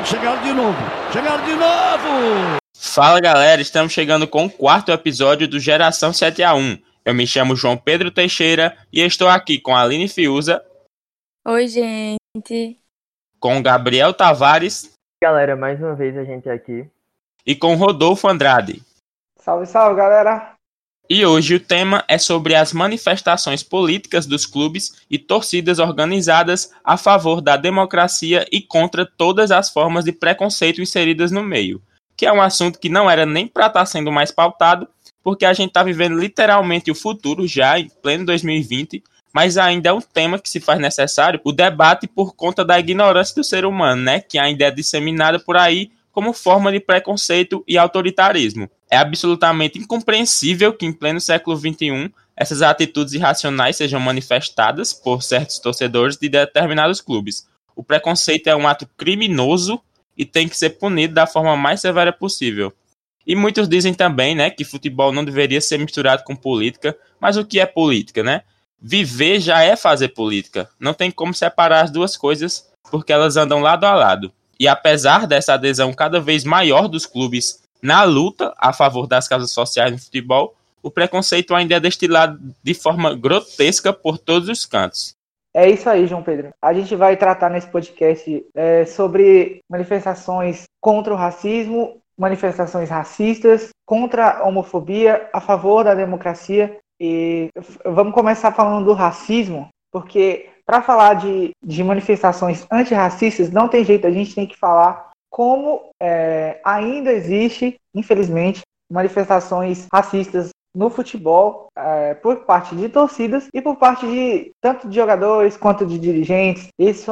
Chegaram de novo! Chegaram de novo! Fala galera, estamos chegando com o quarto episódio do Geração 7x1. Eu me chamo João Pedro Teixeira e estou aqui com a Aline Fiuza. Oi, gente. Com o Gabriel Tavares. Galera, mais uma vez a gente aqui. E com o Rodolfo Andrade. Salve, salve, galera! E hoje o tema é sobre as manifestações políticas dos clubes e torcidas organizadas a favor da democracia e contra todas as formas de preconceito inseridas no meio, que é um assunto que não era nem para estar sendo mais pautado, porque a gente está vivendo literalmente o futuro já em pleno 2020, mas ainda é um tema que se faz necessário o debate por conta da ignorância do ser humano, né, que ainda é disseminada por aí como forma de preconceito e autoritarismo. É absolutamente incompreensível que em pleno século XXI essas atitudes irracionais sejam manifestadas por certos torcedores de determinados clubes. O preconceito é um ato criminoso e tem que ser punido da forma mais severa possível. E muitos dizem também, né, que futebol não deveria ser misturado com política, mas o que é política, né? Viver já é fazer política. Não tem como separar as duas coisas porque elas andam lado a lado. E apesar dessa adesão cada vez maior dos clubes na luta a favor das causas sociais no futebol, o preconceito ainda é destilado de forma grotesca por todos os cantos. É isso aí, João Pedro. A gente vai tratar nesse podcast sobre manifestações contra o racismo, manifestações racistas, contra a homofobia, a favor da democracia. E vamos começar falando do racismo, porque para falar de manifestações antirracistas, não tem jeito, a gente tem que falar como ainda existe, infelizmente, manifestações racistas no futebol, por parte de torcidas e por parte de tanto de jogadores quanto de dirigentes. Isso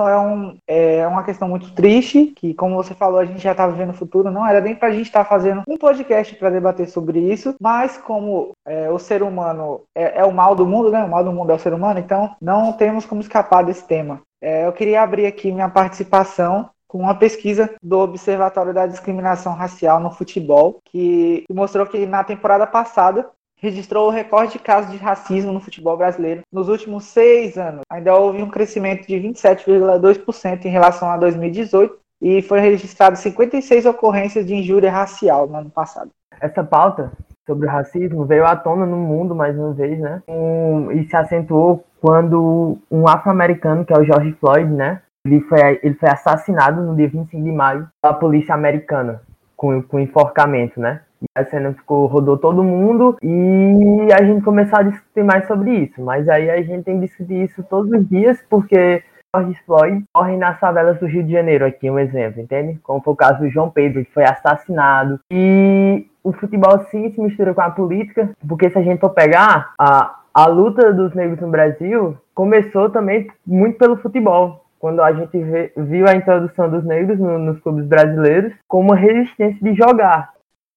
é uma questão muito triste, que, como você falou, a gente já está vivendo o futuro. Não era nem para a gente estar fazendo um podcast para debater sobre isso, mas como o ser humano é o mal do mundo, né? O mal do mundo é o ser humano, então não temos como escapar desse tema. Eu queria abrir aqui minha participação com uma pesquisa do Observatório da Discriminação Racial no Futebol, que mostrou que na temporada passada registrou o recorde de casos de racismo no futebol brasileiro nos últimos 6 anos. Ainda houve um crescimento de 27,2% em relação a 2018 e foi registrado 56 ocorrências de injúria racial no ano passado. Essa pauta sobre o racismo veio à tona no mundo mais uma vez, né? E se acentuou quando um afro-americano, que é o George Floyd, né? Ele foi assassinado no dia 25 de maio pela polícia americana, com enforcamento, né? E a cena rodou todo mundo e a gente começou a discutir mais sobre isso. Mas aí a gente tem que discutir isso todos os dias, porque George Floyd morre nas favelas do Rio de Janeiro, aqui um exemplo, entende? Como foi o caso do João Pedro, que foi assassinado. E o futebol sim se mistura com a política, porque se a gente for pegar, a luta dos negros no Brasil começou também muito pelo futebol. Quando a gente viu a introdução dos negros nos clubes brasileiros como uma resistência de jogar.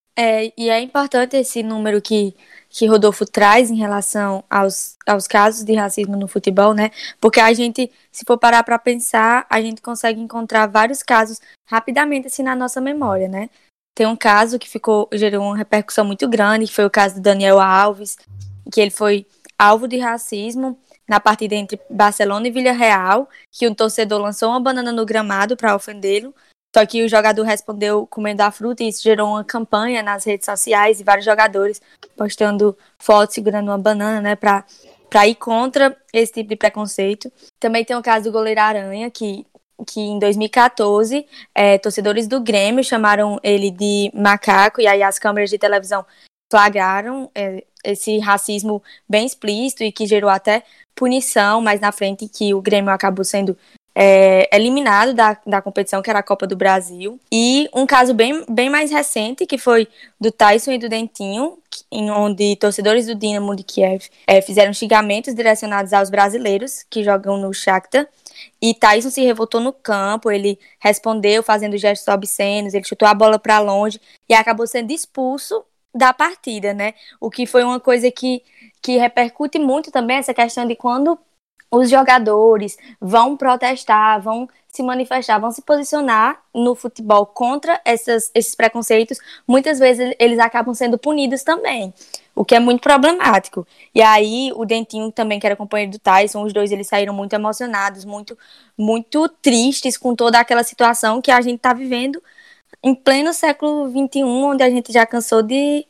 E é importante esse número que Rodolfo traz em relação aos casos de racismo no futebol, né? Porque a gente, se for parar para pensar, a gente consegue encontrar vários casos rapidamente assim na nossa memória, né? Tem um caso que gerou uma repercussão muito grande, que foi o caso do Daniel Alves, que ele foi alvo de racismo na partida entre Barcelona e Villarreal, que um torcedor lançou uma banana no gramado para ofendê-lo, só que o jogador respondeu comendo a fruta e isso gerou uma campanha nas redes sociais e vários jogadores postando fotos segurando uma banana, né, para ir contra esse tipo de preconceito. Também tem o caso do goleiro Aranha, que em 2014, torcedores do Grêmio chamaram ele de macaco, e aí as câmeras de televisão flagraram esse racismo bem explícito e que gerou até punição mais na frente, que o Grêmio acabou sendo eliminado da competição, que era a Copa do Brasil. E um caso bem mais recente, que foi do Tyson e do Dentinho, onde torcedores do Dinamo de Kiev fizeram xingamentos direcionados aos brasileiros que jogam no Shakhtar, e Tyson se revoltou no campo, ele respondeu fazendo gestos obscenos, ele chutou a bola para longe e acabou sendo expulso da partida, né? O que foi uma coisa que repercute muito também, essa questão de quando os jogadores vão protestar, vão se manifestar, vão se posicionar no futebol contra esses preconceitos, muitas vezes eles acabam sendo punidos também, o que é muito problemático. E aí o Dentinho também, que era companheiro do Tyson, os dois eles saíram muito emocionados, muito, muito tristes com toda aquela situação que a gente está vivendo em pleno século XXI, onde a gente já cansou de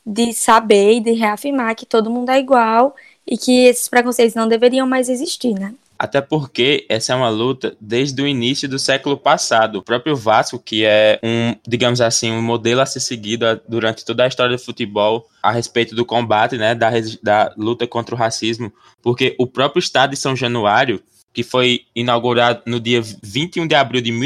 saber e de reafirmar que todo mundo é igual e que esses preconceitos não deveriam mais existir, né? Até porque essa é uma luta desde o início do século passado. O próprio Vasco, que é digamos assim, um modelo a ser seguido durante toda a história do futebol a respeito do combate, né, da luta contra o racismo, porque o próprio estado de São Januário, que foi inaugurado no dia 21 de abril de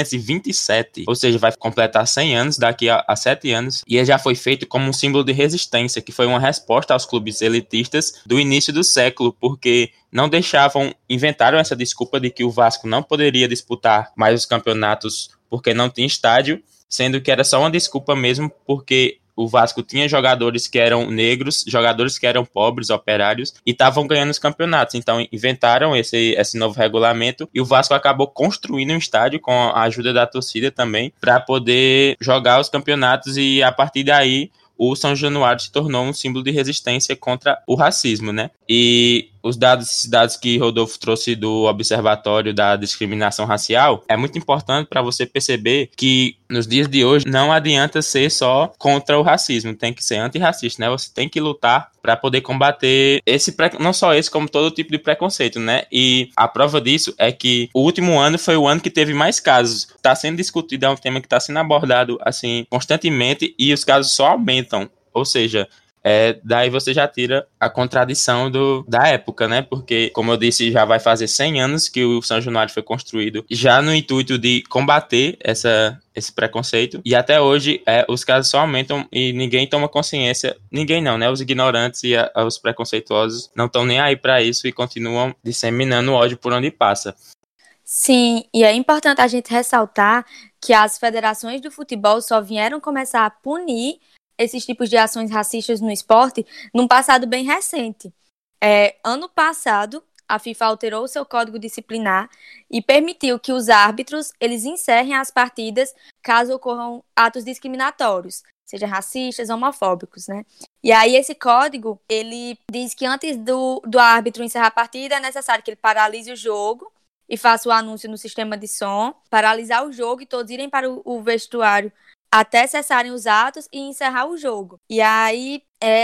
1927, ou seja, vai completar 100 anos daqui a 7 anos, e ele já foi feito como um símbolo de resistência, que foi uma resposta aos clubes elitistas do início do século, porque não inventaram essa desculpa de que o Vasco não poderia disputar mais os campeonatos porque não tinha estádio, sendo que era só uma desculpa mesmo, porque o Vasco tinha jogadores que eram negros, jogadores que eram pobres, operários, e estavam ganhando os campeonatos. Então inventaram esse novo regulamento e o Vasco acabou construindo um estádio com a ajuda da torcida também para poder jogar os campeonatos, e a partir daí o São Januário se tornou um símbolo de resistência contra o racismo, né? E os dados que Rodolfo trouxe do Observatório da Discriminação Racial, é muito importante para você perceber que nos dias de hoje não adianta ser só contra o racismo, tem que ser antirracista, né? Você tem que lutar para poder combater não só esse, como todo tipo de preconceito, né? E a prova disso é que o último ano foi o ano que teve mais casos. Está sendo discutido, é um tema que está sendo abordado assim constantemente e os casos só aumentam. Ou seja, daí você já tira a contradição da época, né? Porque, como eu disse, já vai fazer 100 anos que o São Januário foi construído, já no intuito de combater esse preconceito, e até hoje os casos só aumentam e ninguém toma consciência, ninguém não, né? Os ignorantes e os preconceituosos não estão nem aí para isso e continuam disseminando ódio por onde passa. Sim, e é importante a gente ressaltar que as federações do futebol só vieram começar a punir esses tipos de ações racistas no esporte num passado bem recente. Ano passado, a FIFA alterou seu código disciplinar e permitiu que os árbitros eles encerrem as partidas caso ocorram atos discriminatórios, sejam racistas, homofóbicos, né? E aí esse código, ele diz que antes do árbitro encerrar a partida, é necessário que ele paralise o jogo e faça o anúncio no sistema de som, paralisar o jogo e todos irem para o vestuário até cessarem os atos e encerrar o jogo. E aí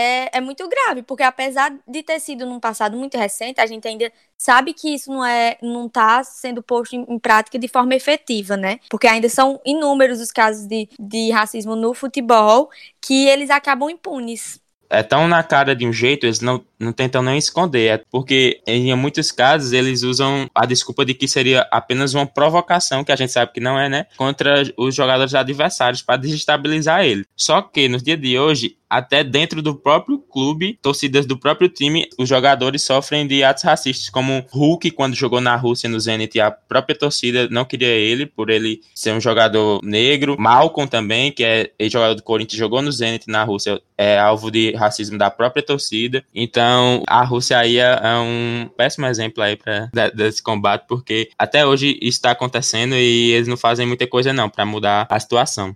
é muito grave, porque apesar de ter sido num passado muito recente, a gente ainda sabe que isso não está sendo posto em prática de forma efetiva, né? Porque ainda são inúmeros os casos de racismo no futebol que eles acabam impunes. É tão na cara de um jeito, eles não tentam nem esconder, porque em muitos casos eles usam a desculpa de que seria apenas uma provocação, que a gente sabe que não é, né, contra os jogadores adversários para desestabilizar ele. Só que nos dias de hoje, até dentro do próprio clube, torcidas do próprio time, os jogadores sofrem de atos racistas, como Hulk, quando jogou na Rússia no Zenit, a própria torcida não queria ele, por ele ser um jogador negro. Malcom também, que é ex-jogador do Corinthians, jogou no Zenit na Rússia, é alvo de racismo da própria torcida. Então, a Rússia aí é um péssimo exemplo aí desse combate, porque até hoje isso está acontecendo e eles não fazem muita coisa não para mudar a situação.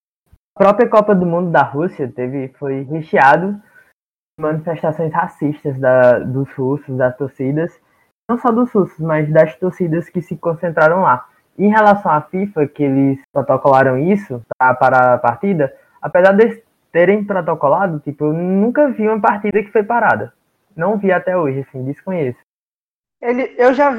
A própria Copa do Mundo da Rússia foi recheado de manifestações racistas dos russos, das torcidas, não só dos russos, mas das torcidas que se concentraram lá. Em relação à FIFA, que eles protocolaram isso para parar a partida, apesar de terem protocolado, eu nunca vi uma partida que foi parada. Não vi até hoje, assim, desconheço. Eu já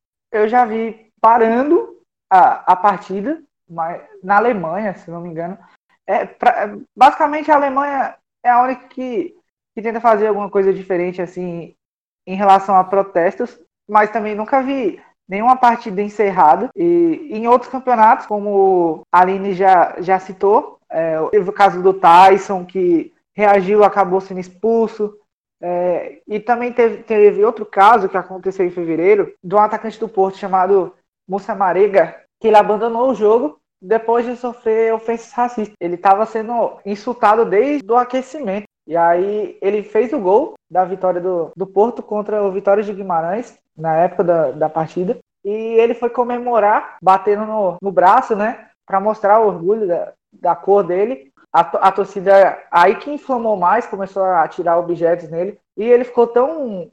vi parando a partida, mas na Alemanha, se não me engano. Basicamente a Alemanha é a única que tenta fazer alguma coisa diferente assim em relação a protestos, mas também nunca vi nenhuma partida encerrada. E em outros campeonatos, como a Aline já citou, teve o caso do Tyson, que reagiu, acabou sendo expulso. E também teve outro caso que aconteceu em fevereiro, de um atacante do Porto chamado Moussa Marega, que ele abandonou o jogo depois de sofrer ofensas racistas. Ele estava sendo insultado desde o aquecimento. E aí ele fez o gol da vitória do Porto contra o Vitória de Guimarães. na época da partida. E ele foi comemorar, batendo no braço, né? Para mostrar o orgulho da cor dele. A torcida aí que inflamou mais, começou a atirar objetos nele. E ele ficou tão,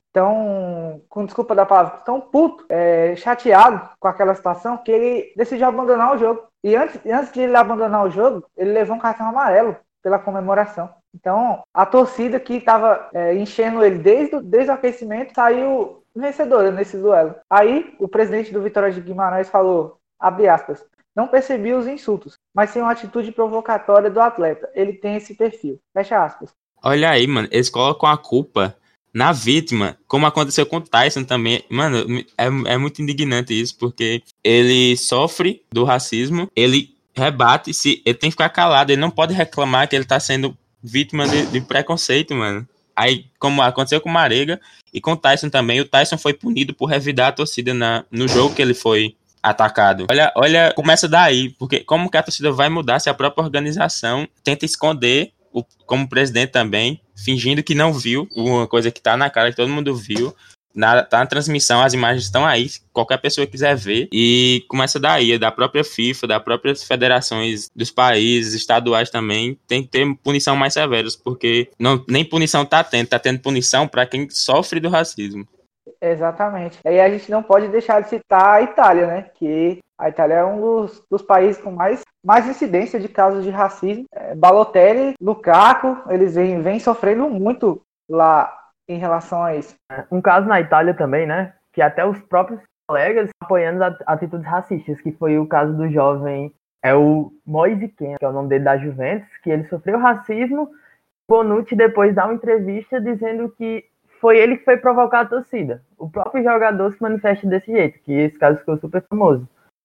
com desculpa da palavra, tão puto, chateado com aquela situação, que ele decidiu abandonar o jogo. E antes de ele abandonar o jogo, ele levou um cartão amarelo pela comemoração. Então, a torcida que estava enchendo ele desde o aquecimento saiu vencedora nesse duelo. Aí, o presidente do Vitória de Guimarães falou, abre aspas, não percebi os insultos, mas sim uma atitude provocatória do atleta. Ele tem esse perfil. Fecha aspas. Olha aí, mano, eles colocam a culpa na vítima, como aconteceu com o Tyson também. Mano, é muito indignante isso, porque ele sofre do racismo, ele rebate, ele tem que ficar calado, ele não pode reclamar que ele tá sendo vítima de preconceito, mano. Aí, como aconteceu com o Marega e com o Tyson também, o Tyson foi punido por revidar a torcida no jogo que ele foi atacado. Olha, começa daí, porque como que a torcida vai mudar se a própria organização tenta esconder, como presidente também, fingindo que não viu uma coisa que tá na cara, que todo mundo viu, tá na transmissão, as imagens estão aí, qualquer pessoa quiser ver, e começa daí, da própria FIFA, das próprias federações dos países, estaduais também, tem que ter punição mais severas, porque nem punição tá tendo punição para quem sofre do racismo. Exatamente. Aí a gente não pode deixar de citar a Itália, né? Que a Itália é um dos países com mais incidência de casos de racismo. Balotelli, Lukaku, eles vêm sofrendo muito lá em relação a isso. Um caso na Itália também, né? Que até os próprios colegas apoiando atitudes racistas, que foi o caso do jovem, o Moise Kean, que é o nome dele da Juventus, que ele sofreu racismo. Bonucci depois dá uma entrevista dizendo que foi ele que foi provocar a torcida. O próprio jogador se manifesta desse jeito, que esse caso ficou super famoso.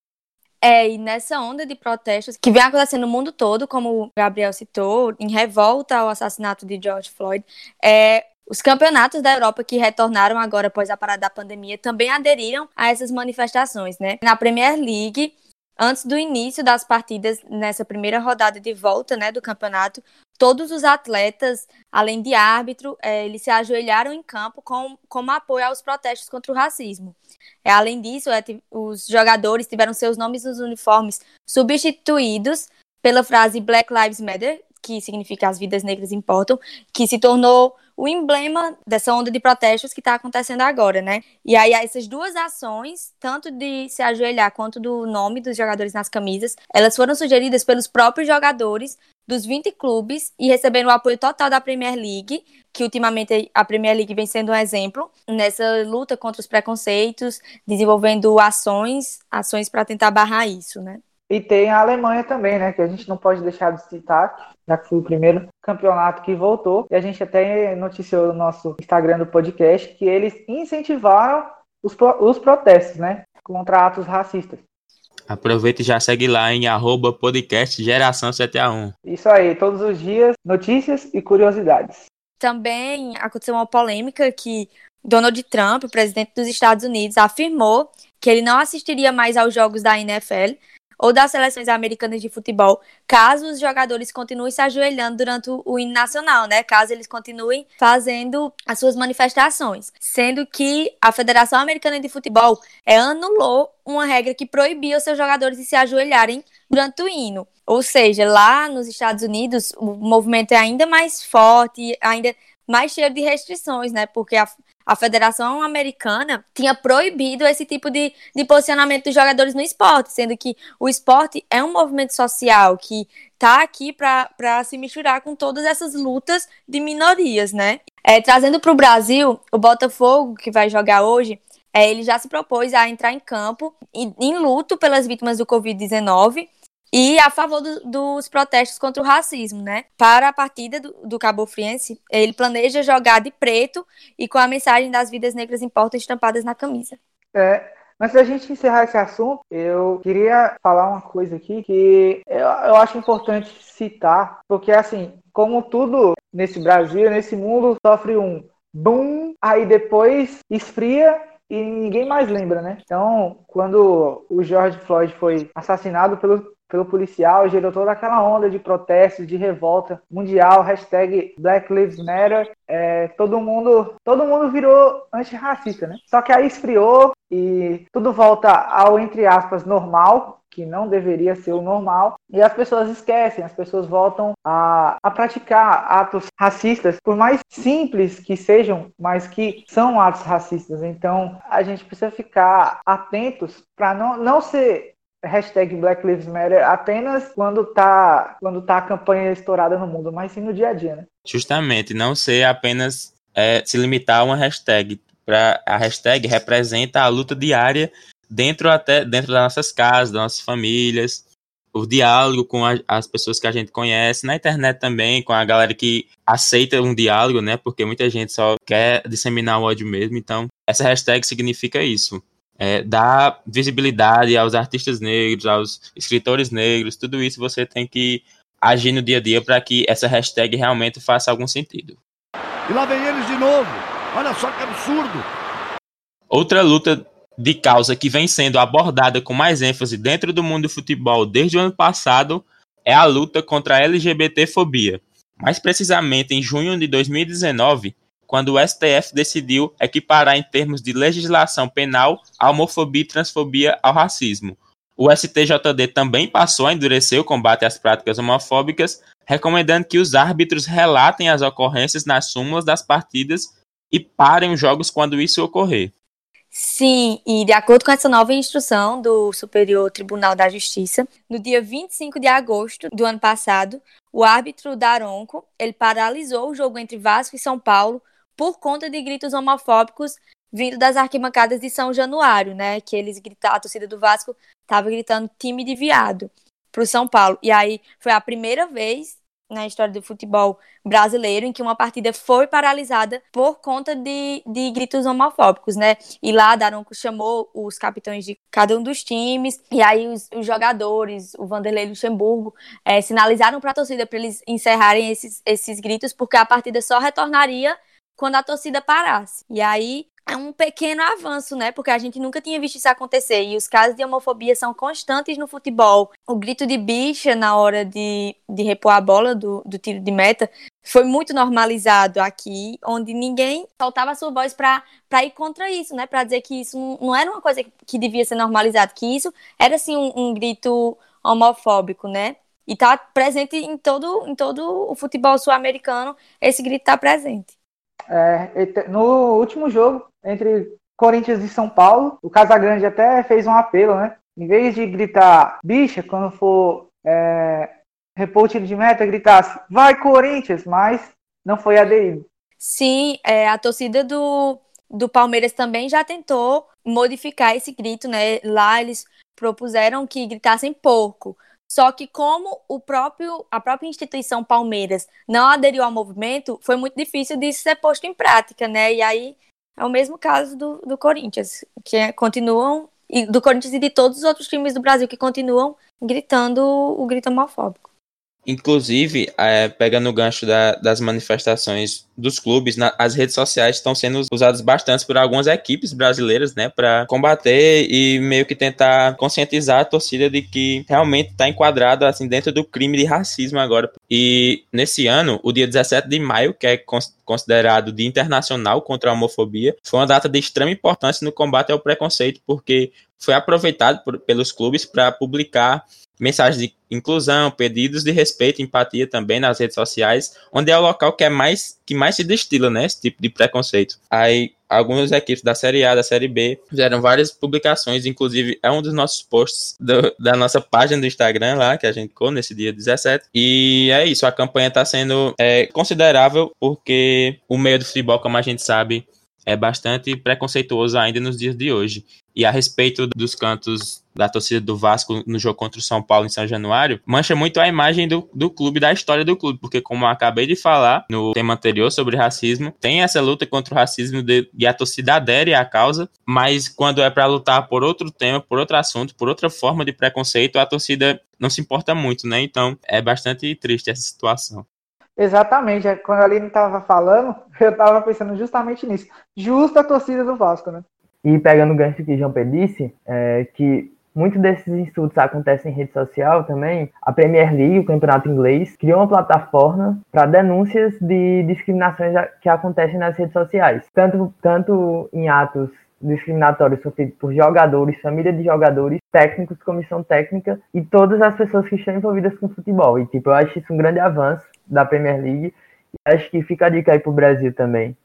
E nessa onda de protestos que vem acontecendo no mundo todo, como o Gabriel citou, em revolta ao assassinato de George Floyd, os campeonatos da Europa que retornaram agora após a parada da pandemia também aderiram a essas manifestações, né? Na Premier League, antes do início das partidas, nessa primeira rodada de volta, né, do campeonato, todos os atletas, além de árbitro, eles se ajoelharam em campo como apoio aos protestos contra o racismo. Além disso, os jogadores tiveram seus nomes nos uniformes substituídos pela frase Black Lives Matter, que significa as vidas negras importam, que se tornou o emblema dessa onda de protestos que está acontecendo agora, né? E aí essas duas ações, tanto de se ajoelhar quanto do nome dos jogadores nas camisas, elas foram sugeridas pelos próprios jogadores dos 20 clubes e receberam o apoio total da Premier League, que ultimamente a Premier League vem sendo um exemplo nessa luta contra os preconceitos, desenvolvendo ações para tentar barrar isso, né? E tem a Alemanha também, né? Que a gente não pode deixar de citar, já que foi o primeiro campeonato que voltou. E a gente até noticiou no nosso Instagram do podcast que eles incentivaram os protestos, né? Contra atos racistas. Aproveita e já segue lá em @podcast Geração 7A1. Isso aí, todos os dias, notícias e curiosidades. Também aconteceu uma polêmica que Donald Trump, o presidente dos Estados Unidos, afirmou que ele não assistiria mais aos jogos da NFL ou das seleções americanas de futebol, caso os jogadores continuem se ajoelhando durante o hino nacional, né? Caso eles continuem fazendo as suas manifestações. Sendo que a Federação Americana de Futebol anulou uma regra que proibia os seus jogadores de se ajoelharem durante o hino. Ou seja, lá nos Estados Unidos, o movimento é ainda mais forte, ainda mais cheio de restrições, né? Porque a Federação Americana tinha proibido esse tipo de posicionamento dos jogadores no esporte, sendo que o esporte é um movimento social que está aqui para se misturar com todas essas lutas de minorias, né? Trazendo para o Brasil, o Botafogo, que vai jogar hoje, ele já se propôs a entrar em campo em luto pelas vítimas do Covid-19 e a favor dos protestos contra o racismo, né? Para a partida do Cabo Friense, ele planeja jogar de preto e com a mensagem das vidas negras importam estampadas na camisa. Antes da gente encerrar esse assunto, eu queria falar uma coisa aqui que eu acho importante citar, porque assim, como tudo nesse Brasil, nesse mundo, sofre um boom, aí depois esfria e ninguém mais lembra, né? Então, quando o George Floyd foi assassinado pelo policial, gerou toda aquela onda de protesto, de revolta mundial, hashtag Black Lives Matter, todo mundo virou antirracista, né? Só que aí esfriou e tudo volta ao, entre aspas, normal, que não deveria ser o normal, e as pessoas esquecem, as pessoas voltam a praticar atos racistas, por mais simples que sejam, mas que são atos racistas. Então, a gente precisa ficar atentos para não ser hashtag Black Lives Matter apenas quando tá a campanha estourada no mundo, mas sim no dia a dia, né? Justamente, não ser apenas se limitar a uma hashtag. A hashtag representa a luta diária dentro das nossas casas, das nossas famílias, o diálogo com as pessoas que a gente conhece, na internet também, com a galera que aceita um diálogo, né? Porque muita gente só quer disseminar o ódio mesmo. Então, essa hashtag significa isso. Dar visibilidade aos artistas negros, aos escritores negros, tudo isso você tem que agir no dia a dia para que essa hashtag realmente faça algum sentido. E lá vem eles de novo. Olha só que absurdo. Outra luta de causa que vem sendo abordada com mais ênfase dentro do mundo do futebol desde o ano passado é a luta contra a LGBTfobia. Mais precisamente em junho de 2019, quando o STF decidiu equiparar em termos de legislação penal a homofobia e transfobia ao racismo. O STJD também passou a endurecer o combate às práticas homofóbicas, recomendando que os árbitros relatem as ocorrências nas súmulas das partidas e parem os jogos quando isso ocorrer. Sim, e de acordo com essa nova instrução do Superior Tribunal da Justiça, no dia 25 de agosto do ano passado, o árbitro Daronco, ele paralisou o jogo entre Vasco e São Paulo por conta de gritos homofóbicos vindo das arquibancadas de São Januário, né? Que a torcida do Vasco estava gritando time de viado pro São Paulo. E aí foi a primeira vez na história do futebol brasileiro em que uma partida foi paralisada por conta de gritos homofóbicos, né? E lá Daronco chamou os capitães de cada um dos times, e aí os jogadores, o Vanderlei Luxemburgo, sinalizaram para a torcida para eles encerrarem esses gritos, porque a partida só retornaria quando a torcida parasse. E aí é um pequeno avanço, né? Porque a gente nunca tinha visto isso acontecer. E os casos de homofobia são constantes no futebol. O grito de bicha na hora de repor a bola do tiro de meta foi muito normalizado aqui, onde ninguém soltava a sua voz para ir contra isso, né? Para dizer que isso não era uma coisa que devia ser normalizado, que isso era, assim, um grito homofóbico, né? E tá presente em todo o futebol sul-americano, esse grito tá presente. No último jogo entre Corinthians e São Paulo, o Casagrande até fez um apelo, né? Em vez de gritar bicha, quando for repor o tiro de meta, gritasse vai Corinthians, mas não foi aderido. Sim, a torcida do Palmeiras também já tentou modificar esse grito, né? Lá eles propuseram que gritassem porco. Só que como a própria instituição Palmeiras não aderiu ao movimento, foi muito difícil disso ser posto em prática, né? E aí é o mesmo caso do Corinthians, que continuam, e do Corinthians e de todos os outros times do Brasil que continuam gritando o grito homofóbico. Inclusive, pegando o gancho das manifestações dos clubes, as redes sociais estão sendo usadas bastante por algumas equipes brasileiras, né, para combater e meio que tentar conscientizar a torcida de que realmente está enquadrado assim, dentro do crime de racismo agora. E nesse ano, o dia 17 de maio, que é considerado Dia Internacional contra a Homofobia, foi uma data de extrema importância no combate ao preconceito, porque foi aproveitado pelos clubes para publicar mensagens de inclusão, pedidos de respeito e empatia também nas redes sociais, onde é o local que mais se destila, né, esse tipo de preconceito. Aí, algumas equipes da Série A, da Série B, fizeram várias publicações, inclusive é um dos nossos posts da nossa página do Instagram lá, que a gente colocou nesse dia 17. E é isso, a campanha está sendo considerável, porque o meio do futebol, como a gente sabe, é bastante preconceituoso ainda nos dias de hoje. E a respeito dos cantos da torcida do Vasco no jogo contra o São Paulo em São Januário, mancha muito a imagem do clube, da história do clube, porque como eu acabei de falar no tema anterior sobre racismo, tem essa luta contra o racismo e a torcida adere à causa, mas quando é para lutar por outro tema, por outro assunto, por outra forma de preconceito, a torcida não se importa muito, né? Então é bastante triste essa situação. Exatamente, quando a Aline estava falando, eu estava pensando justamente nisso. Justo a torcida do Vasco, né? E pegando o gancho que o João Pedro disse, que muitos desses insultos acontecem em rede social também, a Premier League, o campeonato inglês, criou uma plataforma para denúncias de discriminações que acontecem nas redes sociais, tanto em atos discriminatórios sofridos por jogadores, família de jogadores, técnicos, comissão técnica e todas as pessoas que estão envolvidas com futebol. E eu acho isso um grande avanço da Premier League e acho que fica a dica aí pro Brasil também.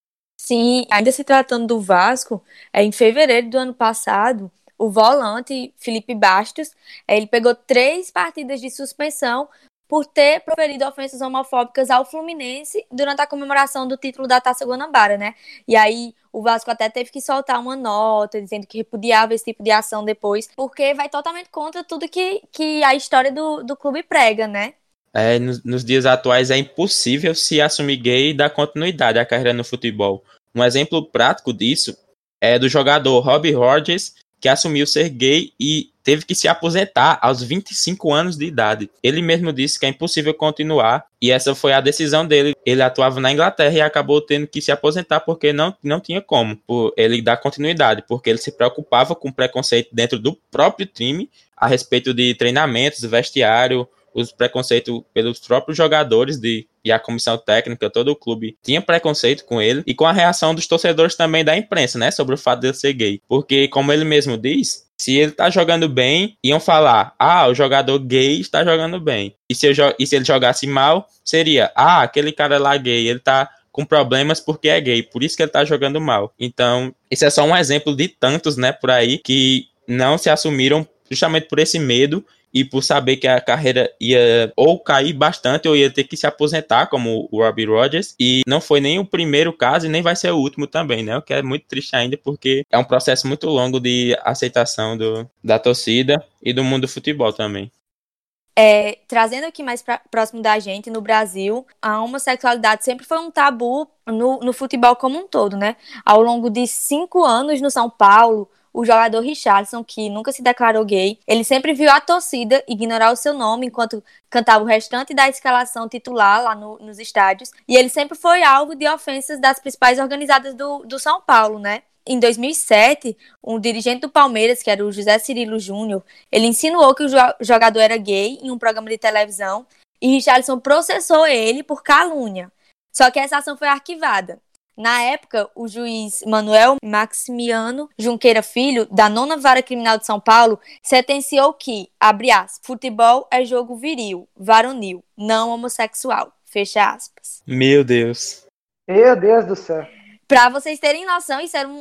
Sim, ainda se tratando do Vasco, em fevereiro do ano passado, o volante Felipe Bastos, ele pegou 3 partidas de suspensão por ter proferido ofensas homofóbicas ao Fluminense durante a comemoração do título da Taça Guanabara, né? E aí o Vasco até teve que soltar uma nota dizendo que repudiava esse tipo de ação depois, porque vai totalmente contra tudo que a história do clube prega, né? Nos dias atuais é impossível se assumir gay e dar continuidade à carreira no futebol. Um exemplo prático disso é do jogador Robbie Rogers, que assumiu ser gay e teve que se aposentar aos 25 anos de idade. Ele mesmo disse que é impossível continuar e essa foi a decisão dele. Ele atuava na Inglaterra e acabou tendo que se aposentar porque não tinha como ele dar continuidade, porque ele se preocupava com preconceito dentro do próprio time a respeito de treinamentos, vestiário, os preconceitos pelos próprios jogadores e a comissão técnica, todo o clube tinha preconceito com ele e com a reação dos torcedores também da imprensa, né, sobre o fato de ele ser gay. Porque, como ele mesmo diz, se ele tá jogando bem, iam falar, o jogador gay está jogando bem. E se ele jogasse mal, seria, aquele cara lá gay, ele tá com problemas porque é gay, por isso que ele tá jogando mal. Então, esse é só um exemplo de tantos, né, por aí, que não se assumiram justamente por esse medo e por saber que a carreira ia ou cair bastante ou ia ter que se aposentar, como o Robbie Rogers, e não foi nem o primeiro caso e nem vai ser o último também, né? O que é muito triste ainda, porque é um processo muito longo de aceitação da torcida e do mundo do futebol também. Trazendo aqui mais próximo da gente, no Brasil, a homossexualidade sempre foi um tabu no futebol como um todo, né? Ao longo de 5 anos no São Paulo, o jogador Richarlison, que nunca se declarou gay, ele sempre viu a torcida ignorar o seu nome enquanto cantava o restante da escalação titular lá nos estádios, e ele sempre foi alvo de ofensas das principais organizadas do São Paulo, né? Em 2007, um dirigente do Palmeiras, que era o José Cirilo Júnior, ele insinuou que o jogador era gay em um programa de televisão e Richarlison processou ele por calúnia. Só que essa ação foi arquivada. Na época, o juiz Manuel Maximiano Junqueira Filho, da 9ª Vara Criminal de São Paulo, sentenciou que, abre aspas, futebol é jogo viril, varonil, não homossexual, fecha aspas. Meu Deus. Meu Deus do céu. Pra vocês terem noção, isso era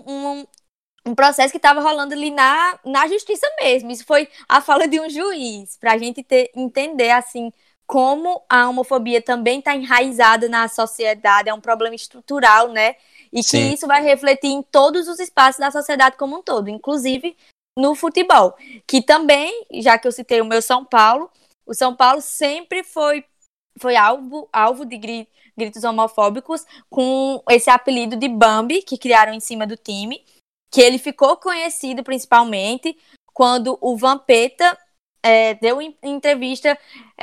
um processo que estava rolando ali na justiça mesmo. Isso foi a fala de um juiz, pra gente entender, assim, como a homofobia também está enraizada na sociedade, é um problema estrutural, né? E Sim. que isso vai refletir em todos os espaços da sociedade como um todo, inclusive no futebol. Que também, já que eu citei o meu São Paulo, o São Paulo sempre foi alvo de gritos homofóbicos com esse apelido de Bambi, que criaram em cima do time, que ele ficou conhecido principalmente quando o Vampeta deu entrevista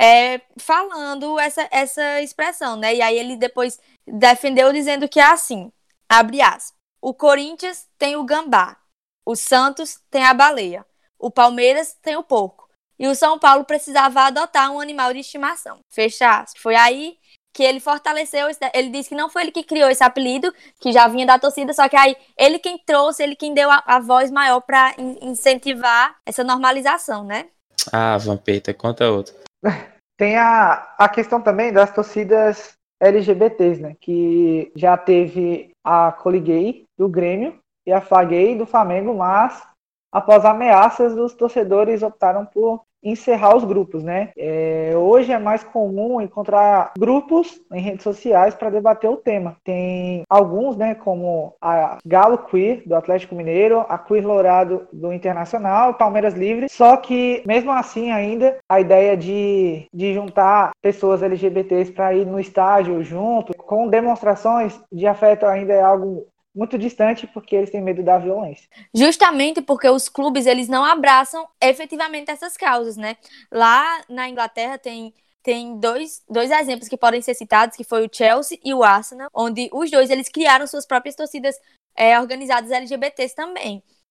falando essa expressão, né? E aí ele depois defendeu dizendo que é assim, abre aspas, o Corinthians tem o gambá, o Santos tem a baleia, o Palmeiras tem o porco, e o São Paulo precisava adotar um animal de estimação, fecha aspas. Foi aí que ele fortaleceu, ele disse que não foi ele que criou esse apelido, que já vinha da torcida, só que aí ele quem trouxe, ele quem deu a voz maior para incentivar essa normalização, né? Vampeta, conta outra. Tem a questão também das torcidas LGBTs, né? Que já teve a Coliguei do Grêmio e a Flaguei do Flamengo, mas após ameaças, os torcedores optaram por encerrar os grupos, né? Hoje é mais comum encontrar grupos em redes sociais para debater o tema. Tem alguns, né, como a Galo Queer, do Atlético Mineiro, a Queer Lourado, do Internacional, Palmeiras Livre, só que, mesmo assim, ainda, a ideia de juntar pessoas LGBTs para ir no estádio junto, com demonstrações de afeto ainda é algo muito distante, porque eles têm medo da violência. Justamente porque os clubes, eles não abraçam efetivamente essas causas, né? Lá na Inglaterra tem dois exemplos que podem ser citados, que foi o Chelsea e o Arsenal, onde os dois, eles criaram suas próprias torcidas organizadas LGBTs também.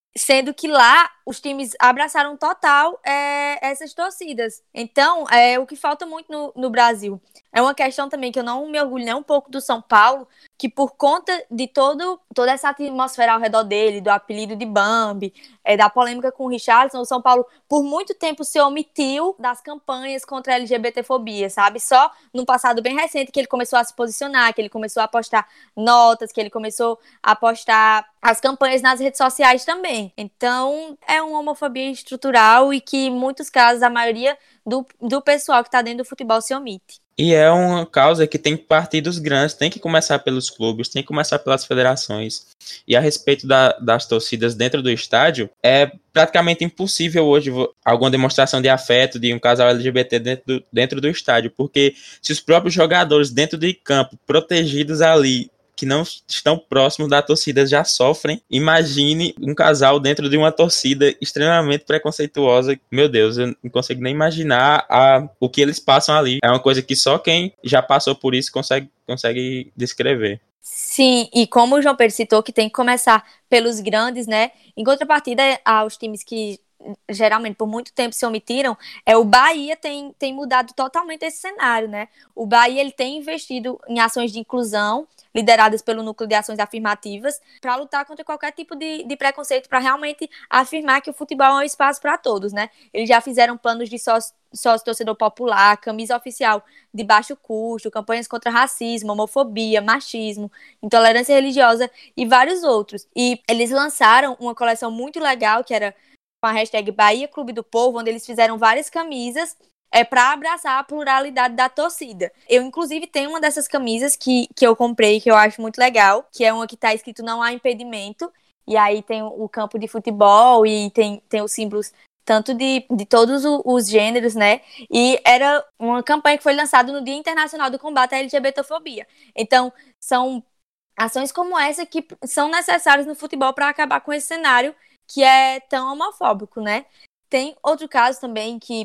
Sendo que lá os times abraçaram total essas torcidas. Então, o que falta muito no Brasil. É uma questão também que eu não me orgulho nem um pouco do São Paulo, que por conta de toda essa atmosfera ao redor dele, do apelido de Bambi, da polêmica com o Richarlison, o São Paulo por muito tempo se omitiu das campanhas contra a LGBTfobia, sabe? Só num passado bem recente que ele começou a se posicionar, que ele começou a postar notas, que ele começou a postar as campanhas nas redes sociais também. Então, é uma homofobia estrutural e que, em muitos casos, a maioria do pessoal que está dentro do futebol se omite. E é uma causa que tem que partir dos grandes, tem que começar pelos clubes, tem que começar pelas federações. E a respeito das torcidas dentro do estádio, é praticamente impossível hoje alguma demonstração de afeto de um casal LGBT dentro do estádio, porque se os próprios jogadores dentro de campo, protegidos ali, que não estão próximos da torcida, já sofrem, imagine um casal dentro de uma torcida extremamente preconceituosa. Meu Deus, eu não consigo nem imaginar o que eles passam ali. É uma coisa que só quem já passou por isso consegue descrever. Sim, e como o João Pedro citou, que tem que começar pelos grandes, né? Em contrapartida aos times que geralmente por muito tempo se omitiram, o Bahia tem mudado totalmente esse cenário, né? O Bahia ele tem investido em ações de inclusão, lideradas pelo Núcleo de Ações Afirmativas, para lutar contra qualquer tipo de preconceito, para realmente afirmar que o futebol é um espaço para todos, né? Eles já fizeram planos de sócio-torcedor popular, camisa oficial de baixo custo, campanhas contra racismo, homofobia, machismo, intolerância religiosa e vários outros. E eles lançaram uma coleção muito legal, que era com a hashtag Bahia Clube do Povo, onde eles fizeram várias camisas para abraçar a pluralidade da torcida. Eu, inclusive, tenho uma dessas camisas que eu comprei, que eu acho muito legal, que é uma que tá escrito "Não há impedimento", e aí tem o campo de futebol e tem os símbolos tanto de todos os gêneros, né? E era uma campanha que foi lançada no Dia Internacional do Combate à LGBTfobia. Então, são ações como essa que são necessárias no futebol para acabar com esse cenário que é tão homofóbico, né? Tem outro caso também que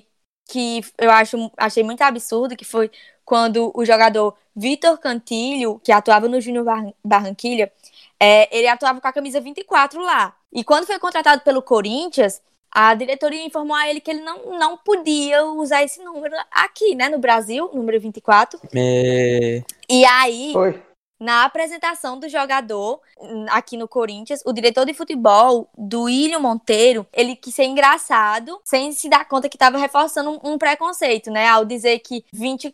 eu achei muito absurdo, que foi quando o jogador Vitor Cantilho, que atuava no Júnior Barranquilla, ele atuava com a camisa 24 lá. E quando foi contratado pelo Corinthians, a diretoria informou a ele que ele não podia usar esse número aqui, né, no Brasil, número 24. E aí, na apresentação do jogador aqui no Corinthians, o diretor de futebol, Duílio Monteiro, ele quis ser engraçado, sem se dar conta que estava reforçando um preconceito, né? Ao dizer que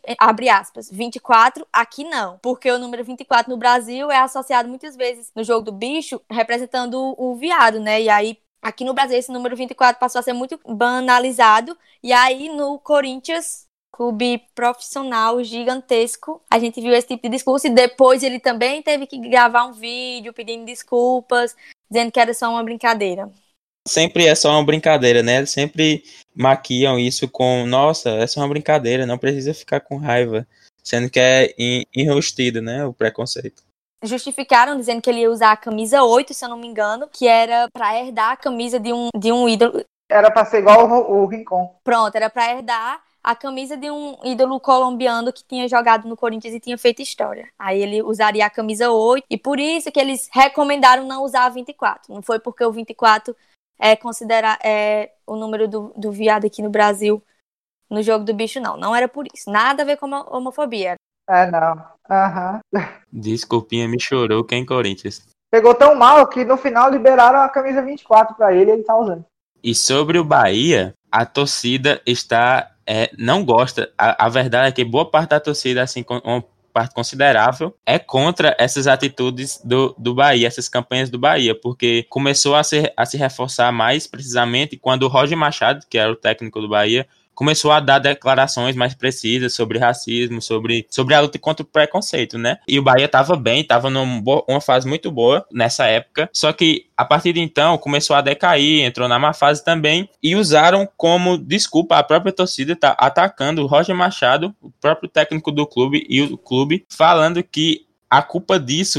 24, aqui não. Porque o número 24 no Brasil é associado muitas vezes no jogo do bicho, representando o viado, né? E aí, aqui no Brasil, esse número 24 passou a ser muito banalizado. E aí, no Corinthians, clube profissional gigantesco, a gente viu esse tipo de discurso, e depois ele também teve que gravar um vídeo pedindo desculpas, dizendo que era só uma brincadeira. Sempre é só uma brincadeira, né? Eles sempre maquiam isso com, nossa, é só uma brincadeira, não precisa ficar com raiva, sendo que é enrustido, né, o preconceito. Justificaram dizendo que ele ia usar a camisa 8, se eu não me engano, que era pra herdar a camisa de um ídolo. Era pra ser igual o Rincon. Pronto, era pra herdar a camisa de um ídolo colombiano que tinha jogado no Corinthians e tinha feito história. Aí ele usaria a camisa 8, e por isso que eles recomendaram não usar a 24. Não foi porque o 24 é o número do viado aqui no Brasil no jogo do bicho, não. Não era por isso. Nada a ver com homofobia. Não. Aham. Desculpinha, me chorou quem Corinthians. Pegou tão mal que no final liberaram a camisa 24 pra ele e ele tá usando. E sobre o Bahia, a torcida não gosta. A verdade é que boa parte da torcida, assim, uma parte considerável, é contra essas atitudes do Bahia, essas campanhas do Bahia, porque começou a se reforçar mais precisamente quando o Roger Machado, que era o técnico do Bahia, começou a dar declarações mais precisas sobre racismo, sobre a luta contra o preconceito, né? E o Bahia estava bem, estava numa fase muito boa nessa época, só que a partir de então começou a decair, entrou na má fase também, e usaram como desculpa a própria torcida tá atacando o Roger Machado, o próprio técnico do clube, e o clube, falando que a culpa disso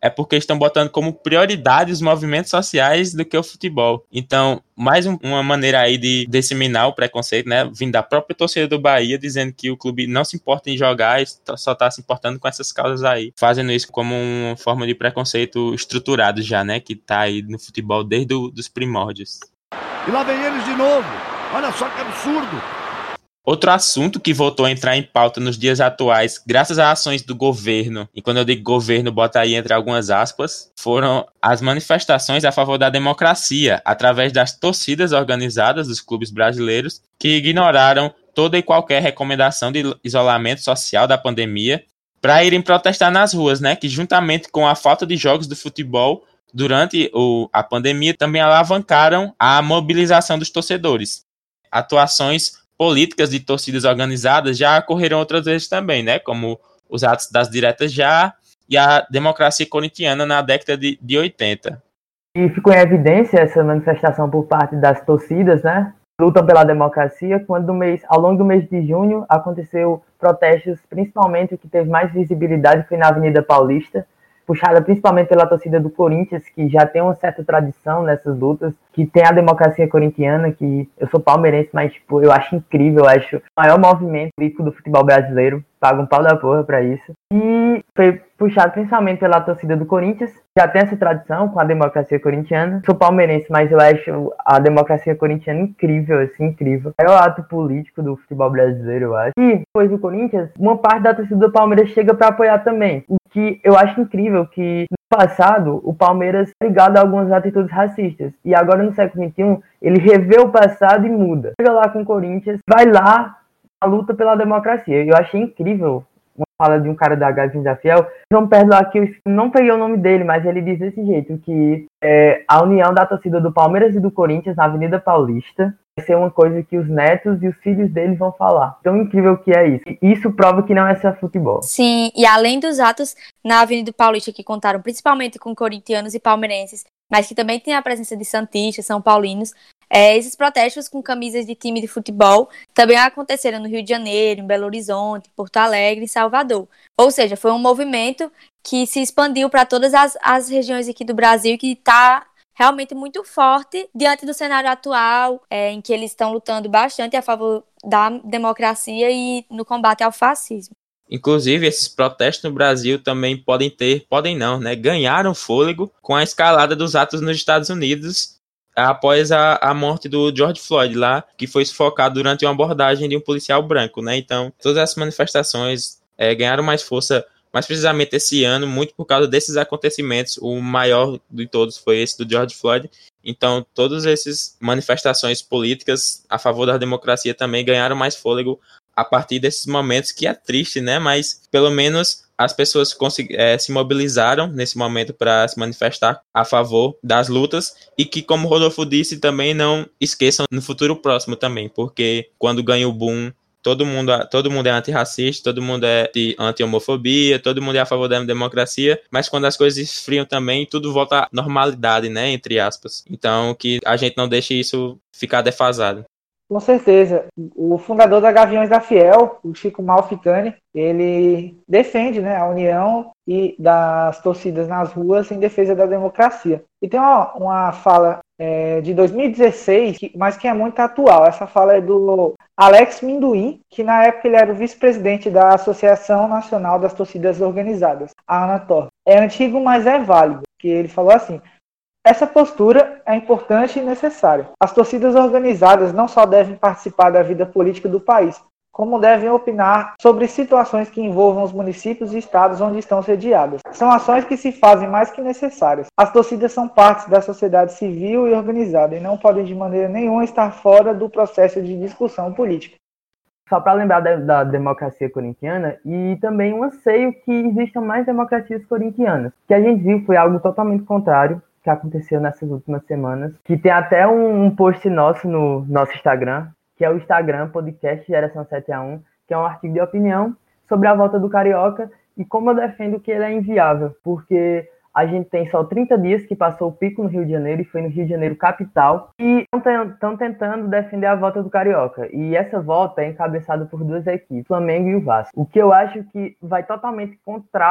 é porque estão botando como prioridade os movimentos sociais do que o futebol. Então, mais uma maneira aí de disseminar o preconceito, né, vindo da própria torcida do Bahia, dizendo que o clube não se importa em jogar e só tá se importando com essas causas aí, fazendo isso como uma forma de preconceito estruturado já, né, que tá aí no futebol desde os primórdios. E lá vem eles de novo. Olha só que absurdo. Outro assunto que voltou a entrar em pauta nos dias atuais, graças a ações do governo, e quando eu digo governo, bota aí entre algumas aspas, foram as manifestações a favor da democracia, através das torcidas organizadas dos clubes brasileiros, que ignoraram toda e qualquer recomendação de isolamento social da pandemia, para irem protestar nas ruas, né? Que juntamente com a falta de jogos do futebol durante a pandemia, também alavancaram a mobilização dos torcedores. Atuações políticas de torcidas organizadas já ocorreram outras vezes também, né? Como os atos das diretas já e a democracia corintiana na década de 80. E ficou em evidência essa manifestação por parte das torcidas, né? Lutam pela democracia, quando ao longo do mês de junho aconteceu protestos, principalmente o que teve mais visibilidade foi na Avenida Paulista, puxada principalmente pela torcida do Corinthians, que já tem uma certa tradição nessas lutas, que tem a democracia corintiana, que eu sou palmeirense, mas tipo, eu acho incrível, eu acho o maior movimento político do futebol brasileiro, paga um pau da porra pra isso. E foi puxado principalmente pela torcida do Corinthians, já tem essa tradição com a democracia corintiana. Sou palmeirense, mas eu acho a democracia corintiana incrível, assim, incrível. É o ato político do futebol brasileiro, eu acho. E depois do Corinthians, uma parte da torcida do Palmeiras chega pra apoiar também. O que eu acho incrível, que no passado o Palmeiras é ligado a algumas atitudes racistas. E agora no século XXI, ele revê o passado e muda. Chega lá com o Corinthians, vai lá a luta pela democracia. Eu achei incrível uma fala de um cara da Gaviões da Fiel. João Pedro aqui, eu não peguei o nome dele, mas ele diz desse jeito, que a união da torcida do Palmeiras e do Corinthians na Avenida Paulista vai ser uma coisa que os netos e os filhos deles vão falar. Tão incrível que é isso. E isso prova que não é só futebol. Sim, e além dos atos na Avenida Paulista, que contaram principalmente com corintianos e palmeirenses, mas que também tem a presença de santistas, são paulinos, esses protestos com camisas de time de futebol também aconteceram no Rio de Janeiro, em Belo Horizonte, Porto Alegre e Salvador. Ou seja, foi um movimento que se expandiu para todas as regiões aqui do Brasil e que está realmente muito forte diante do cenário atual, em que eles estão lutando bastante a favor da democracia e no combate ao fascismo. Inclusive, esses protestos no Brasil também podem não, né? Ganharam fôlego com a escalada dos atos nos Estados Unidos após a morte do George Floyd lá, que foi sufocado durante uma abordagem de um policial branco, né? Então, todas essas manifestações ganharam mais força, mais precisamente esse ano, muito por causa desses acontecimentos. O maior de todos foi esse do George Floyd. Então, todas essas manifestações políticas a favor da democracia também ganharam mais fôlego a partir desses momentos, que é triste, né? Mas, pelo menos, as pessoas se mobilizaram nesse momento para se manifestar a favor das lutas e que, como o Rodolfo disse, também não esqueçam no futuro próximo também, porque quando ganha o boom, todo mundo é antirracista, todo mundo é anti-homofobia, todo mundo é a favor da democracia, mas quando as coisas esfriam também, tudo volta à normalidade, né? Entre aspas. Então, que a gente não deixe isso ficar defasado. Com certeza. O fundador da Gaviões da Fiel, o Chico Malfitani, ele defende, né, a união e das torcidas nas ruas em defesa da democracia. E tem uma fala de 2016, mas que é muito atual. Essa fala é do Alex Minduim, que na época ele era o vice-presidente da Associação Nacional das Torcidas Organizadas, a ANATOR. É antigo, mas é válido, que ele falou assim: essa postura é importante e necessária. As torcidas organizadas não só devem participar da vida política do país, como devem opinar sobre situações que envolvam os municípios e estados onde estão sediadas. São ações que se fazem mais que necessárias. As torcidas são partes da sociedade civil e organizada e não podem de maneira nenhuma estar fora do processo de discussão política. Só para lembrar da democracia corintiana e também um anseio que existam mais democracias corintianas. O que a gente viu foi algo totalmente contrário que aconteceu nessas últimas semanas, que tem até um post nosso no nosso Instagram, que é o Instagram Podcast Geração 7-1, que é um artigo de opinião sobre a volta do Carioca e como eu defendo que ele é inviável, porque a gente tem só 30 dias que passou o pico no Rio de Janeiro e foi no Rio de Janeiro capital e estão tentando defender a volta do Carioca. E essa volta é encabeçada por duas equipes, Flamengo e o Vasco. O que eu acho que vai totalmente contrário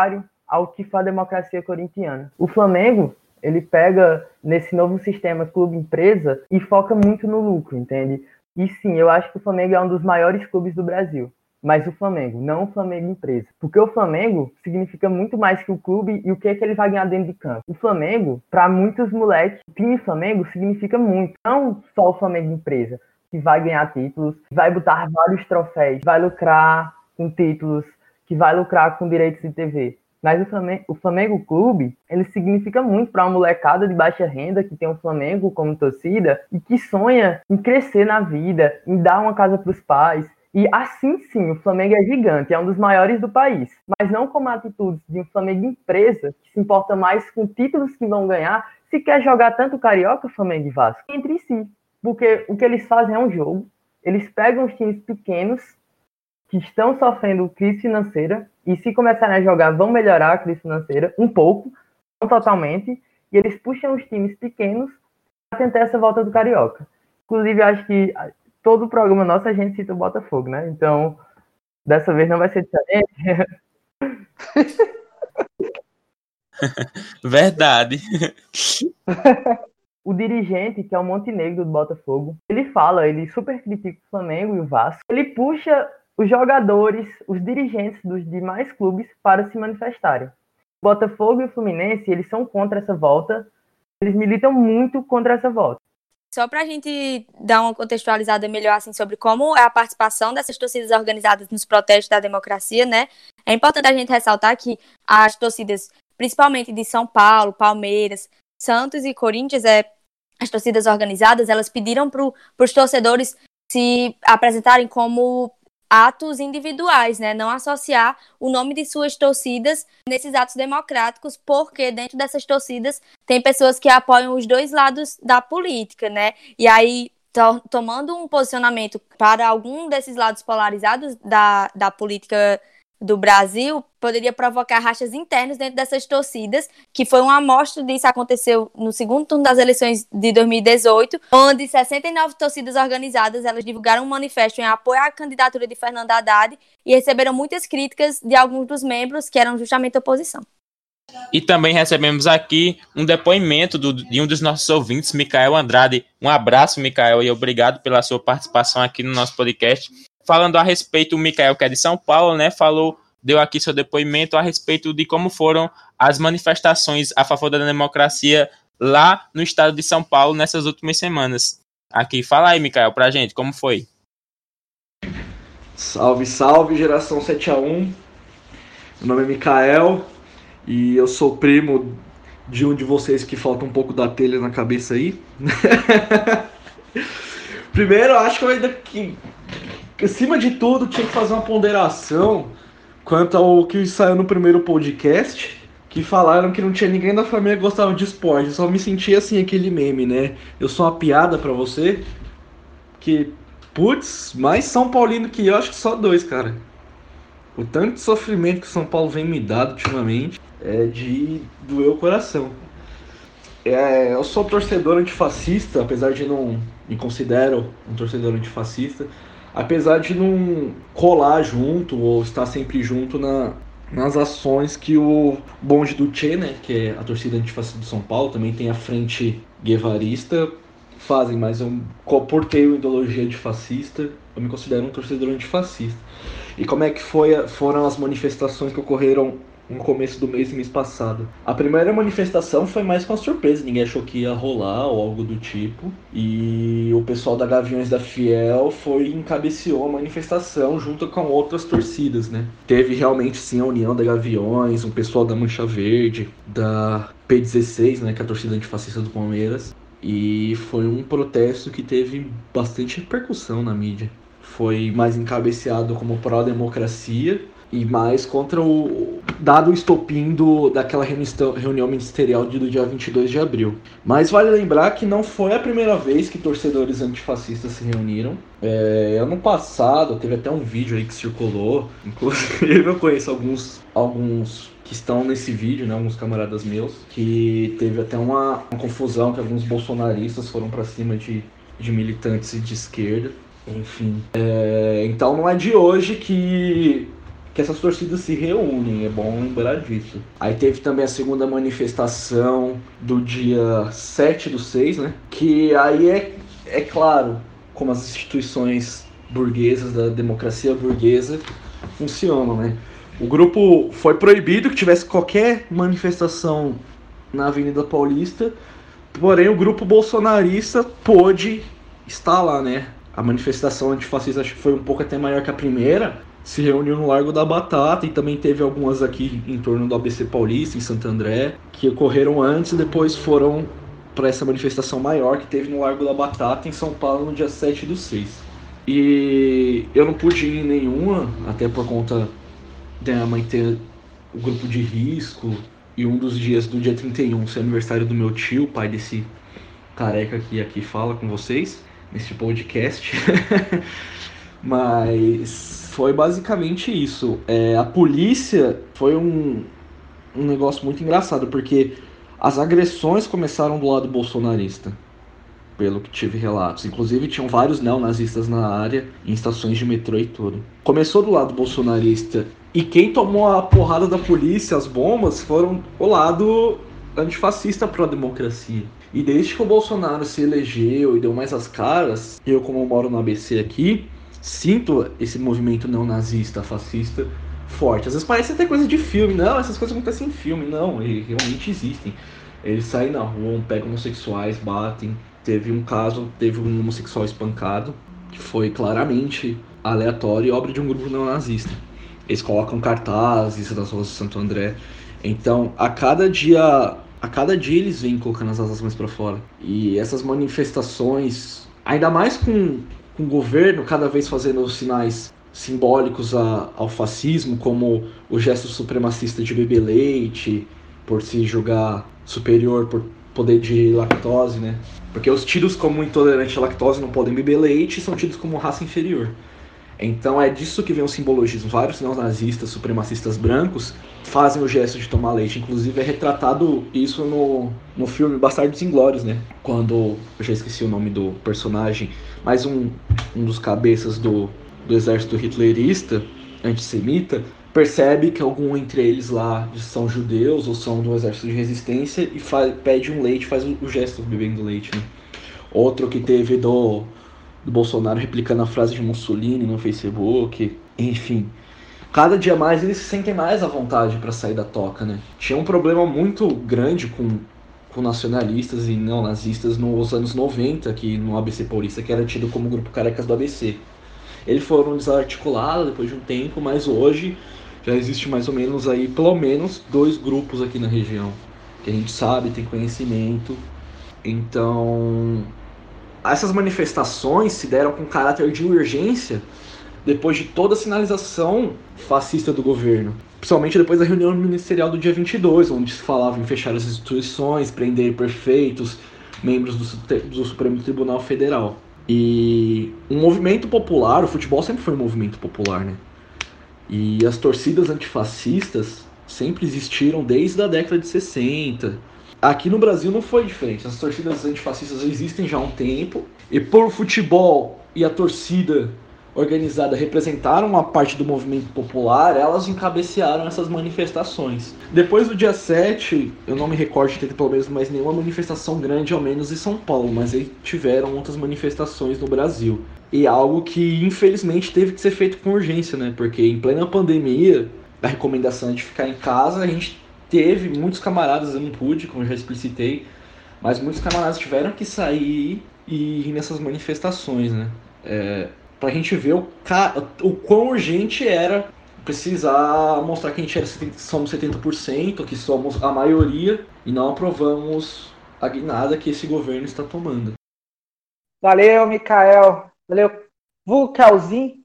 ao que foi a democracia corintiana. O Flamengo, ele pega nesse novo sistema clube-empresa e foca muito no lucro, entende? E sim, eu acho que o Flamengo é um dos maiores clubes do Brasil. Mas o Flamengo, não o Flamengo empresa. Porque o Flamengo significa muito mais que o clube e o que ele vai ganhar dentro de campo. O Flamengo, para muitos moleques, o time Flamengo significa muito. Não só o Flamengo empresa, que vai ganhar títulos, vai botar vários troféus, vai lucrar com títulos, que vai lucrar com direitos de TV. Mas o Flamengo Clube, ele significa muito para uma molecada de baixa renda que tem o Flamengo como torcida e que sonha em crescer na vida, em dar uma casa para os pais. E assim sim, o Flamengo é gigante, é um dos maiores do país. Mas não como atitudes de um Flamengo empresa, que se importa mais com títulos que vão ganhar, se quer jogar tanto Carioca, Flamengo e Vasco, entre si. Porque o que eles fazem é um jogo, eles pegam os times pequenos, que estão sofrendo crise financeira, e se começarem a jogar, vão melhorar a crise financeira um pouco, não totalmente, e eles puxam os times pequenos para tentar essa volta do Carioca. Inclusive, eu acho que todo o programa nosso a gente cita o Botafogo, né? Então, dessa vez não vai ser diferente. Verdade. O dirigente, que é o Montenegro do Botafogo, ele super critica o Flamengo e o Vasco. Ele puxa os jogadores, os dirigentes dos demais clubes para se manifestarem. O Botafogo e o Fluminense, eles são contra essa volta, eles militam muito contra essa volta. Só para a gente dar uma contextualizada melhor assim, sobre como é a participação dessas torcidas organizadas nos protestos da democracia, né? É importante a gente ressaltar que as torcidas, principalmente de São Paulo, Palmeiras, Santos e Corinthians, as torcidas organizadas, elas pediram para os torcedores se apresentarem como atos individuais, né? Não associar o nome de suas torcidas nesses atos democráticos, porque dentro dessas torcidas tem pessoas que apoiam os dois lados da política, né? E aí, tomando um posicionamento para algum desses lados polarizados da política do Brasil, poderia provocar rachas internas dentro dessas torcidas, que foi uma amostra disso, aconteceu no segundo turno das eleições de 2018, onde 69 torcidas organizadas, elas divulgaram um manifesto em apoio à candidatura de Fernando Haddad e receberam muitas críticas de alguns dos membros que eram justamente oposição. E também recebemos aqui um depoimento de um dos nossos ouvintes, Micael Andrade. Um abraço, Micael, e obrigado pela sua participação aqui no nosso podcast. Falando a respeito, o Micael, que é de São Paulo, né, deu aqui seu depoimento a respeito de como foram as manifestações a favor da democracia lá no estado de São Paulo nessas últimas semanas. Aqui, fala aí, Micael, pra gente, como foi? Salve, salve, geração 7x1. Meu nome é Micael e eu sou primo de um de vocês que falta um pouco da telha na cabeça aí. Primeiro, eu acho que eu ainda acima de tudo, tinha que fazer uma ponderação quanto ao que saiu no primeiro podcast, que falaram que não tinha ninguém da família que gostava de esporte. Eu só me sentia assim, aquele meme, né? Eu sou uma piada pra você, que, putz, mais São Paulino que eu, acho que só dois, cara. O tanto de sofrimento que o São Paulo vem me dando ultimamente é de doer o coração. Eu sou torcedor antifascista, apesar de não me considero um torcedor antifascista. Apesar de não colar junto ou estar sempre junto nas ações que o bonde do Che, né, que é a torcida antifascista de São Paulo, também tem a frente guevarista, fazem, mas eu, por ter uma ideologia antifascista, eu me considero um torcedor antifascista. E como é que foram as manifestações que ocorreram no começo do mês passado? A primeira manifestação foi mais com a surpresa, ninguém achou que ia rolar ou algo do tipo. E o pessoal da Gaviões da Fiel encabeceou a manifestação junto com outras torcidas, né? Teve realmente sim a união da Gaviões, o pessoal da Mancha Verde, da P16, né, que é a torcida antifascista do Palmeiras. E foi um protesto que teve bastante repercussão na mídia. Foi mais encabeceado como pró-democracia e mais contra o dado estopim daquela reunião ministerial do dia 22 de abril. Mas vale lembrar que não foi a primeira vez que torcedores antifascistas se reuniram. Ano passado teve até um vídeo aí que circulou, inclusive eu conheço alguns que estão nesse vídeo, né, alguns camaradas meus, que teve até uma confusão, que alguns bolsonaristas foram para cima de militantes de esquerda, enfim. Então não é de hoje que que essas torcidas se reúnem, é bom lembrar disso. Aí teve também a segunda manifestação do dia 7/6, né? Que aí é claro como as instituições burguesas, da democracia burguesa, funcionam, né? O grupo foi proibido que tivesse qualquer manifestação na Avenida Paulista, porém o grupo bolsonarista pôde estar lá, né? A manifestação antifascista acho que foi um pouco até maior que a primeira, se reuniu no Largo da Batata e também teve algumas aqui em torno do ABC Paulista, em Santo André, que ocorreram antes e depois foram para essa manifestação maior que teve no Largo da Batata, em São Paulo, no dia 7/6. E eu não pude ir em nenhuma, até por conta da mãe ter o grupo de risco e um dos dias do dia 31 ser aniversário do meu tio, pai desse careca que aqui fala com vocês, nesse podcast. Mas foi basicamente isso. A polícia foi um negócio muito engraçado, porque as agressões começaram do lado bolsonarista, pelo que tive relatos. Inclusive tinham vários neonazistas na área, em estações de metrô e tudo. Começou do lado bolsonarista, e quem tomou a porrada da polícia, as bombas, foram o lado antifascista pró-democracia. E desde que o Bolsonaro se elegeu e deu mais as caras, eu, como moro no ABC aqui, sinto esse movimento neonazista, fascista, forte. Às vezes parece até coisa de filme. Não, essas coisas acontecem em filme. Não, eles realmente existem. Eles saem na rua, pegam homossexuais, batem. Teve um caso, teve um homossexual espancado, que foi claramente aleatório e obra de um grupo neonazista. Eles colocam cartazes nas ruas de Santo André. Então, a cada dia eles vêm colocando as asas mais para fora. E essas manifestações, ainda mais com o governo cada vez fazendo sinais simbólicos ao fascismo, como o gesto supremacista de beber leite, por se julgar superior por poder de lactose, né? Porque os tidos como intolerantes à lactose não podem beber leite e são tidos como raça inferior. Então é disso que vem o simbologismo. Vários neonazistas, supremacistas brancos fazem o gesto de tomar leite. Inclusive é retratado isso no filme Bastardos Inglórios, né? Quando, eu já esqueci o nome do personagem, mas um dos cabeças do exército hitlerista, antissemita, percebe que algum entre eles lá são judeus ou são do exército de resistência e pede um leite, faz o gesto bebendo leite, né? Outro que teve do Bolsonaro replicando a frase de Mussolini no Facebook, enfim. Cada dia mais eles se sentem mais à vontade para sair da toca, né? Tinha um problema muito grande com nacionalistas e neonazistas nos anos 90 aqui no ABC Paulista, que era tido como grupo carecas do ABC. Eles foram desarticulados depois de um tempo, mas hoje já existe mais ou menos aí, pelo menos, 2 grupos aqui na região, que a gente sabe, tem conhecimento. Então, essas manifestações se deram com caráter de urgência depois de toda a sinalização fascista do governo. Principalmente depois da reunião ministerial do dia 22, onde se falava em fechar as instituições, prender prefeitos, membros do Supremo Tribunal Federal. E um movimento popular, o futebol sempre foi um movimento popular, né? E as torcidas antifascistas sempre existiram desde a década de 60. Aqui no Brasil não foi diferente. As torcidas antifascistas existem já há um tempo. E por o futebol e a torcida organizada representaram uma parte do movimento popular, elas encabecearam essas manifestações. Depois do dia 7, eu não me recordo de ter pelo menos mais nenhuma manifestação grande, ao menos em São Paulo, mas aí tiveram outras manifestações no Brasil. E algo que, infelizmente, teve que ser feito com urgência, né? Porque em plena pandemia, a recomendação de ficar em casa, a gente teve muitos camaradas, eu não pude, como eu já explicitei, mas muitos camaradas tiveram que sair e ir nessas manifestações, né? Pra gente ver o quão urgente era precisar mostrar que a gente somos 70%, que somos a maioria, e não aprovamos a guinada que esse governo está tomando. Valeu, Mikael. Valeu, Vulcalzinho.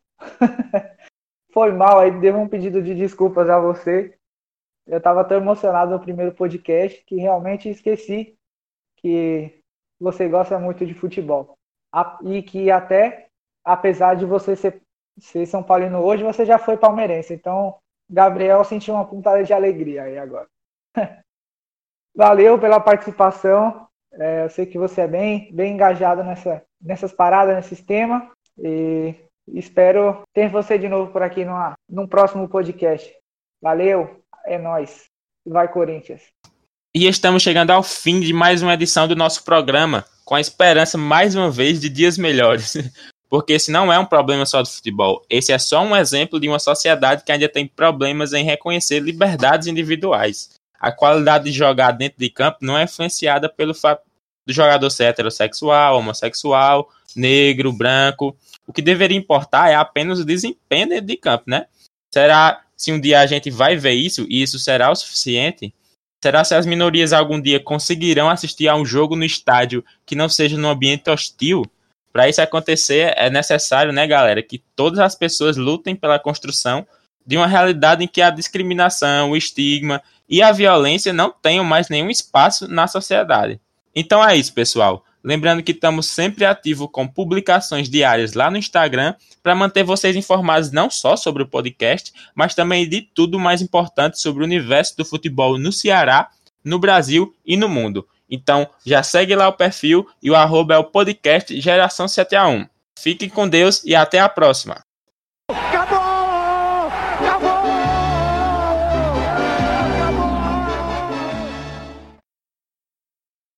Foi mal, aí devo um pedido de desculpas a você. Eu estava tão emocionado no primeiro podcast que realmente esqueci que você gosta muito de futebol. E que até, apesar de você ser São Paulino hoje, você já foi palmeirense. Então, Gabriel sentiu uma pontada de alegria aí agora. Valeu pela participação. Eu sei que você é bem engajado nessas paradas, nesses temas. E Espero ter você de novo por aqui num próximo podcast. Valeu, é nóis. Vai, Corinthians. E estamos chegando ao fim de mais uma edição do nosso programa, com a esperança, mais uma vez, de dias melhores. Porque esse não é um problema só do futebol. Esse é só um exemplo de uma sociedade que ainda tem problemas em reconhecer liberdades individuais. A qualidade de jogar dentro de campo não é influenciada pelo fato do jogador ser heterossexual, homossexual, negro, branco. O que deveria importar é apenas o desempenho dentro de campo, né? Será se um dia a gente vai ver isso, e isso será o suficiente? Será se as minorias algum dia conseguirão assistir a um jogo no estádio que não seja num ambiente hostil? Para isso acontecer, é necessário, né, galera, que todas as pessoas lutem pela construção de uma realidade em que a discriminação, o estigma e a violência não tenham mais nenhum espaço na sociedade. Então é isso, pessoal. Lembrando que estamos sempre ativos com publicações diárias lá no Instagram para manter vocês informados não só sobre o podcast, mas também de tudo mais importante sobre o universo do futebol no Ceará, no Brasil e no mundo. Então já segue lá o perfil e o @ é o podcast Geração 7 a 1. Fiquem com Deus e até a próxima.